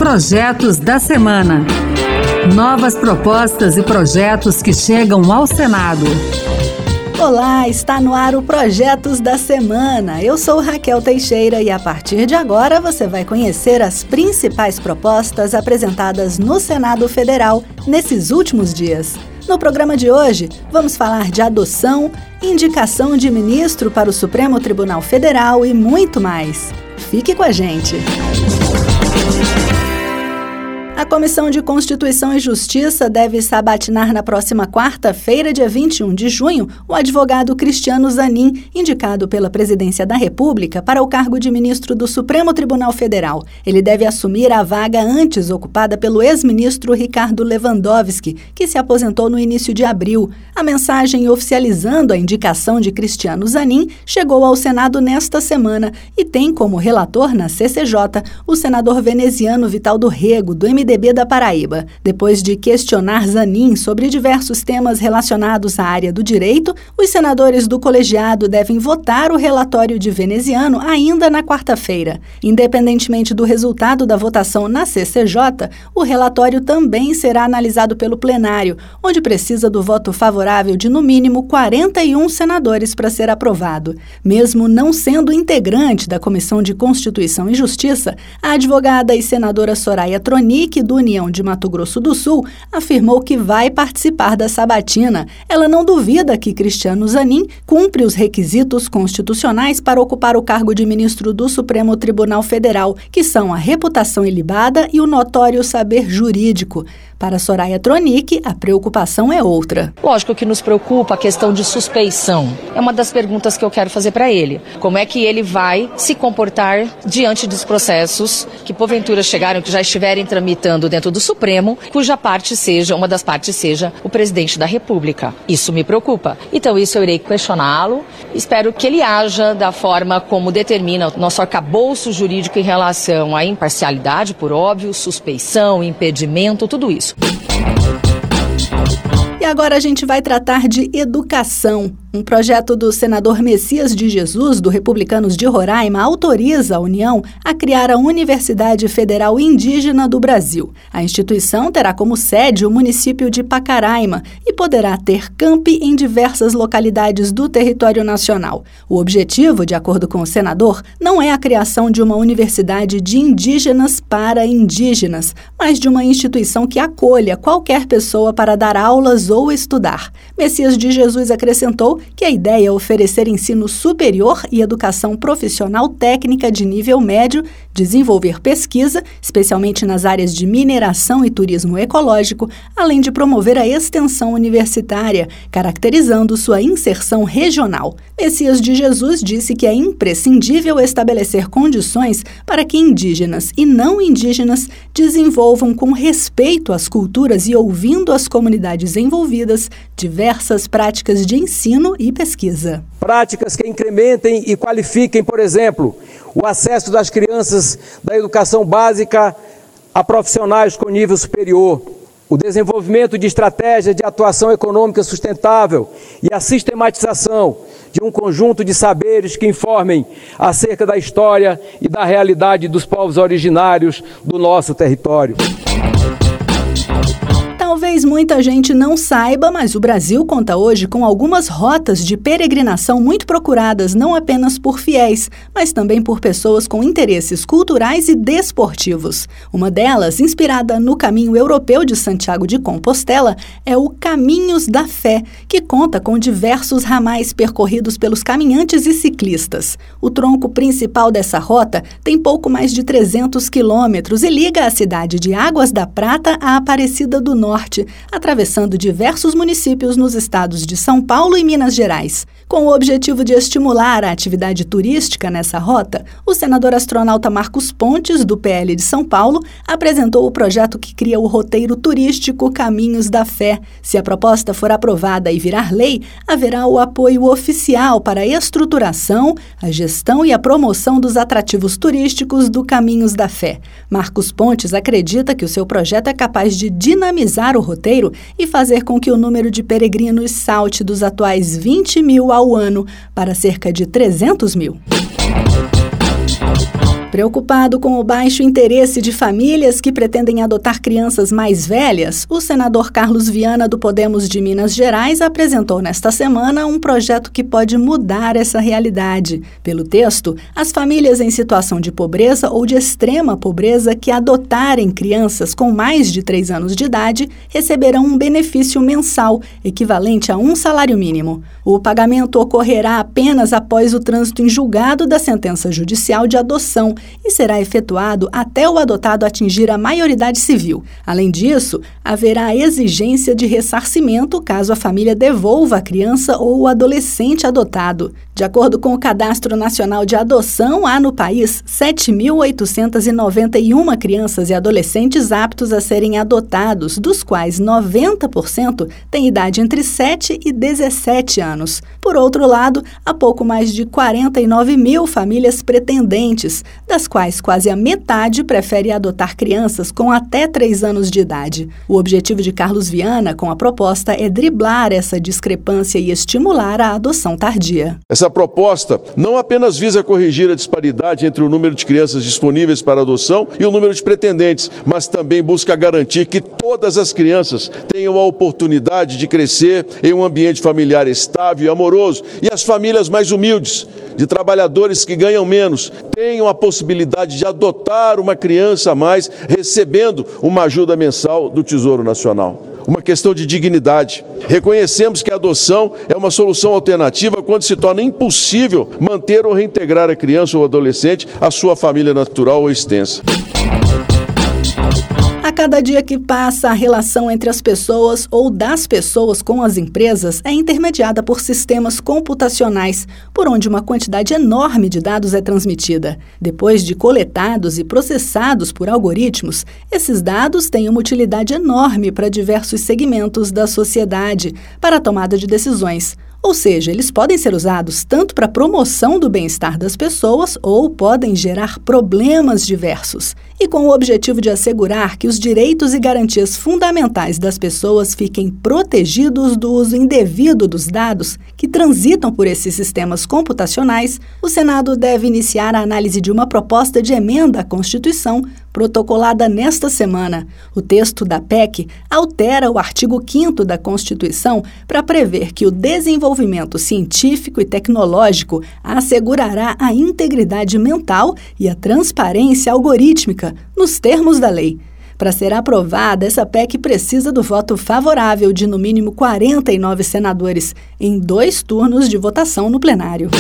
Projetos da Semana. Novas propostas e projetos que chegam ao Senado. Olá, está no ar o Projetos da Semana. Eu sou Raquel Teixeira e a partir de agora você vai conhecer as principais propostas apresentadas no Senado Federal nesses últimos dias. No programa de hoje, vamos falar de adoção, indicação de ministro para o Supremo Tribunal Federal e muito mais. Fique com a gente! A Comissão de Constituição e Justiça deve sabatinar na próxima quarta-feira, dia 21 de junho, o advogado Cristiano Zanin, indicado pela Presidência da República para o cargo de ministro do Supremo Tribunal Federal. Ele deve assumir a vaga antes ocupada pelo ex-ministro Ricardo Lewandowski, que se aposentou no início de abril. A mensagem oficializando a indicação de Cristiano Zanin chegou ao Senado nesta semana e tem como relator na CCJ o senador veneziano Vital do Rego, do MDB da Paraíba. Depois de questionar Zanin sobre diversos temas relacionados à área do direito, os senadores do colegiado devem votar o relatório de veneziano ainda na quarta-feira. Independentemente do resultado da votação na CCJ, o relatório também será analisado pelo plenário, onde precisa do voto favorável de no mínimo 41 senadores para ser aprovado. Mesmo não sendo integrante da Comissão de Constituição e Justiça, a advogada e senadora Soraya Tronic, do União de Mato Grosso do Sul, afirmou que vai participar da sabatina. Ela não duvida que Cristiano Zanin cumpre os requisitos constitucionais para ocupar o cargo de ministro do Supremo Tribunal Federal, que são a reputação ilibada e o notório saber jurídico. Para Soraya Tronic, a preocupação é outra. Lógico que nos preocupa a questão de suspeição. É uma das perguntas que eu quero fazer para ele. Como é que ele vai se comportar diante dos processos que porventura chegaram, que já estiverem tramitando dentro do Supremo, cuja parte seja, uma das partes seja o presidente da República. Isso me preocupa. Então isso eu irei questioná-lo. Espero que ele haja da forma como determina o nosso arcabouço jurídico em relação à imparcialidade, por óbvio, suspeição, impedimento, tudo isso. E agora a gente vai tratar de educação. Um projeto do senador Messias de Jesus, do Republicanos de Roraima, autoriza a União a criar a Universidade Federal Indígena do Brasil. A instituição terá como sede o município de Pacaraima e poderá ter campi em diversas localidades do território nacional. O objetivo, de acordo com o senador, não é a criação de uma universidade de indígenas para indígenas, mas de uma instituição que acolha qualquer pessoa para dar aulas ou estudar. Messias de Jesus acrescentou que a ideia é oferecer ensino superior e educação profissional técnica de nível médio, desenvolver pesquisa, especialmente nas áreas de mineração e turismo ecológico, além de promover a extensão universitária, caracterizando sua inserção regional. Messias de Jesus disse que é imprescindível estabelecer condições para que indígenas e não indígenas desenvolvam com respeito às culturas e ouvindo as comunidades envolvidas diversas práticas de ensino e pesquisa. Práticas que incrementem e qualifiquem, por exemplo, o acesso das crianças da educação básica a profissionais com nível superior, o desenvolvimento de estratégias de atuação econômica sustentável e a sistematização de um conjunto de saberes que informem acerca da história e da realidade dos povos originários do nosso território. Talvez muita gente não saiba, mas o Brasil conta hoje com algumas rotas de peregrinação muito procuradas não apenas por fiéis, mas também por pessoas com interesses culturais e desportivos. Uma delas, inspirada no caminho europeu de Santiago de Compostela, é o Caminhos da Fé, que conta com diversos ramais percorridos pelos caminhantes e ciclistas. O tronco principal dessa rota tem pouco mais de 300 quilômetros e liga a cidade de Águas da Prata à Aparecida do Norte, atravessando diversos municípios nos estados de São Paulo e Minas Gerais. Com o objetivo de estimular a atividade turística nessa rota, o senador astronauta Marcos Pontes, do PL de São Paulo, apresentou o projeto que cria o roteiro turístico Caminhos da Fé. Se a proposta for aprovada e virar lei, haverá o apoio oficial para a estruturação, a gestão e a promoção dos atrativos turísticos do Caminhos da Fé. Marcos Pontes acredita que o seu projeto é capaz de dinamizar o roteiro e fazer com que o número de peregrinos salte dos atuais 20 mil ao ano para cerca de 300 mil. Preocupado com o baixo interesse de famílias que pretendem adotar crianças mais velhas, o senador Carlos Viana, do Podemos de Minas Gerais, apresentou nesta semana um projeto que pode mudar essa realidade. Pelo texto, as famílias em situação de pobreza ou de extrema pobreza que adotarem crianças com mais de 3 anos de idade receberão um benefício mensal, equivalente a um salário mínimo. O pagamento ocorrerá apenas após o trânsito em julgado da sentença judicial de adoção e será efetuado até o adotado atingir a maioridade civil. Além disso, haverá a exigência de ressarcimento caso a família devolva a criança ou o adolescente adotado. De acordo com o Cadastro Nacional de Adoção, há no país 7.891 crianças e adolescentes aptos a serem adotados, dos quais 90% têm idade entre 7 e 17 anos. Por outro lado, há pouco mais de 49 mil famílias pretendentes, das quais quase a metade prefere adotar crianças com até 3 anos de idade. O objetivo de Carlos Viana com a proposta é driblar essa discrepância e estimular a adoção tardia. Essa proposta não apenas visa corrigir a disparidade entre o número de crianças disponíveis para adoção e o número de pretendentes, mas também busca garantir que todas as crianças tenham a oportunidade de crescer em um ambiente familiar estável e amoroso, e as famílias mais humildes, de trabalhadores que ganham menos, tenham a possibilidade de adotar uma criança a mais, recebendo uma ajuda mensal do Tesouro Nacional. Uma questão de dignidade. Reconhecemos que a adoção é uma solução alternativa quando se torna impossível manter ou reintegrar a criança ou adolescente à sua família natural ou extensa. A cada dia que passa, a relação entre as pessoas ou das pessoas com as empresas é intermediada por sistemas computacionais, por onde uma quantidade enorme de dados é transmitida. Depois de coletados e processados por algoritmos, esses dados têm uma utilidade enorme para diversos segmentos da sociedade, para a tomada de decisões. Ou seja, eles podem ser usados tanto para a promoção do bem-estar das pessoas ou podem gerar problemas diversos. E com o objetivo de assegurar que os direitos e garantias fundamentais das pessoas fiquem protegidos do uso indevido dos dados que transitam por esses sistemas computacionais, o Senado deve iniciar a análise de uma proposta de emenda à Constituição protocolada nesta semana. O texto da PEC altera o artigo 5º da Constituição para prever que o desenvolvimento científico e tecnológico assegurará a integridade mental e a transparência algorítmica nos termos da lei. Para ser aprovada, essa PEC precisa do voto favorável de, no mínimo, 49 senadores, em 2 turnos de votação no plenário.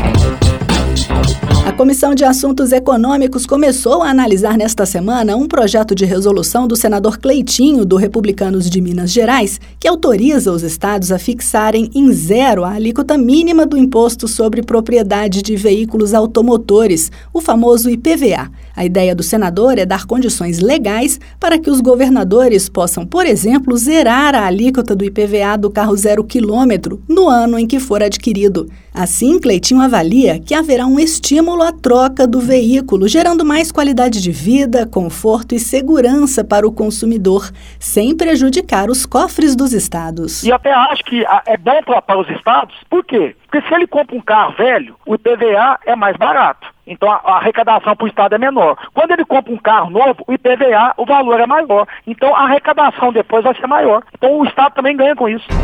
A Comissão de Assuntos Econômicos começou a analisar nesta semana um projeto de resolução do senador Cleitinho, do Republicanos de Minas Gerais, que autoriza os estados a fixarem em 0 a alíquota mínima do Imposto sobre Propriedade de Veículos Automotores, o famoso IPVA. A ideia do senador é dar condições legais para que os governadores possam, por exemplo, zerar a alíquota do IPVA do carro 0 quilômetro no ano em que for adquirido. Assim, Cleitinho avalia que haverá um estímulo à troca do veículo, gerando mais qualidade de vida, conforto e segurança para o consumidor, sem prejudicar os cofres dos estados. E até acho que é bom para os estados, por quê? Porque se ele compra um carro velho, o IPVA é mais barato. Então a arrecadação para o estado é menor. Quando ele compra um carro novo, o IPVA, o valor é maior. Então a arrecadação depois vai ser maior. Então o estado também ganha com isso.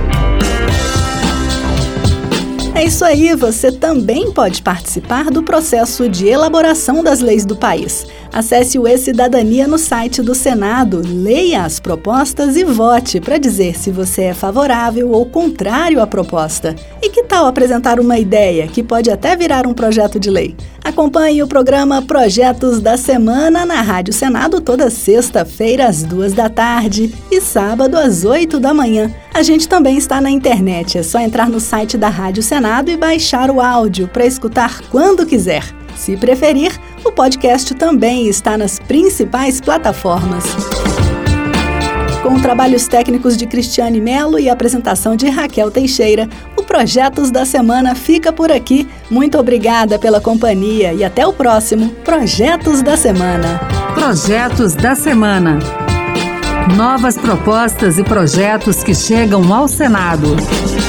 É isso aí, você também pode participar do processo de elaboração das leis do país. Acesse o E-Cidadania no site do Senado, leia as propostas e vote para dizer se você é favorável ou contrário à proposta. E que tal apresentar uma ideia que pode até virar um projeto de lei? Acompanhe o programa Projetos da Semana na Rádio Senado toda sexta-feira às 14h e sábado às 8h. A gente também está na internet, é só entrar no site da Rádio Senado e baixar o áudio para escutar quando quiser. Se preferir, o podcast também está nas principais plataformas. Com trabalhos técnicos de Cristiane Melo e apresentação de Raquel Teixeira, o Projetos da Semana fica por aqui. Muito obrigada pela companhia e até o próximo Projetos da Semana. Projetos da Semana. Novas propostas e projetos que chegam ao Senado.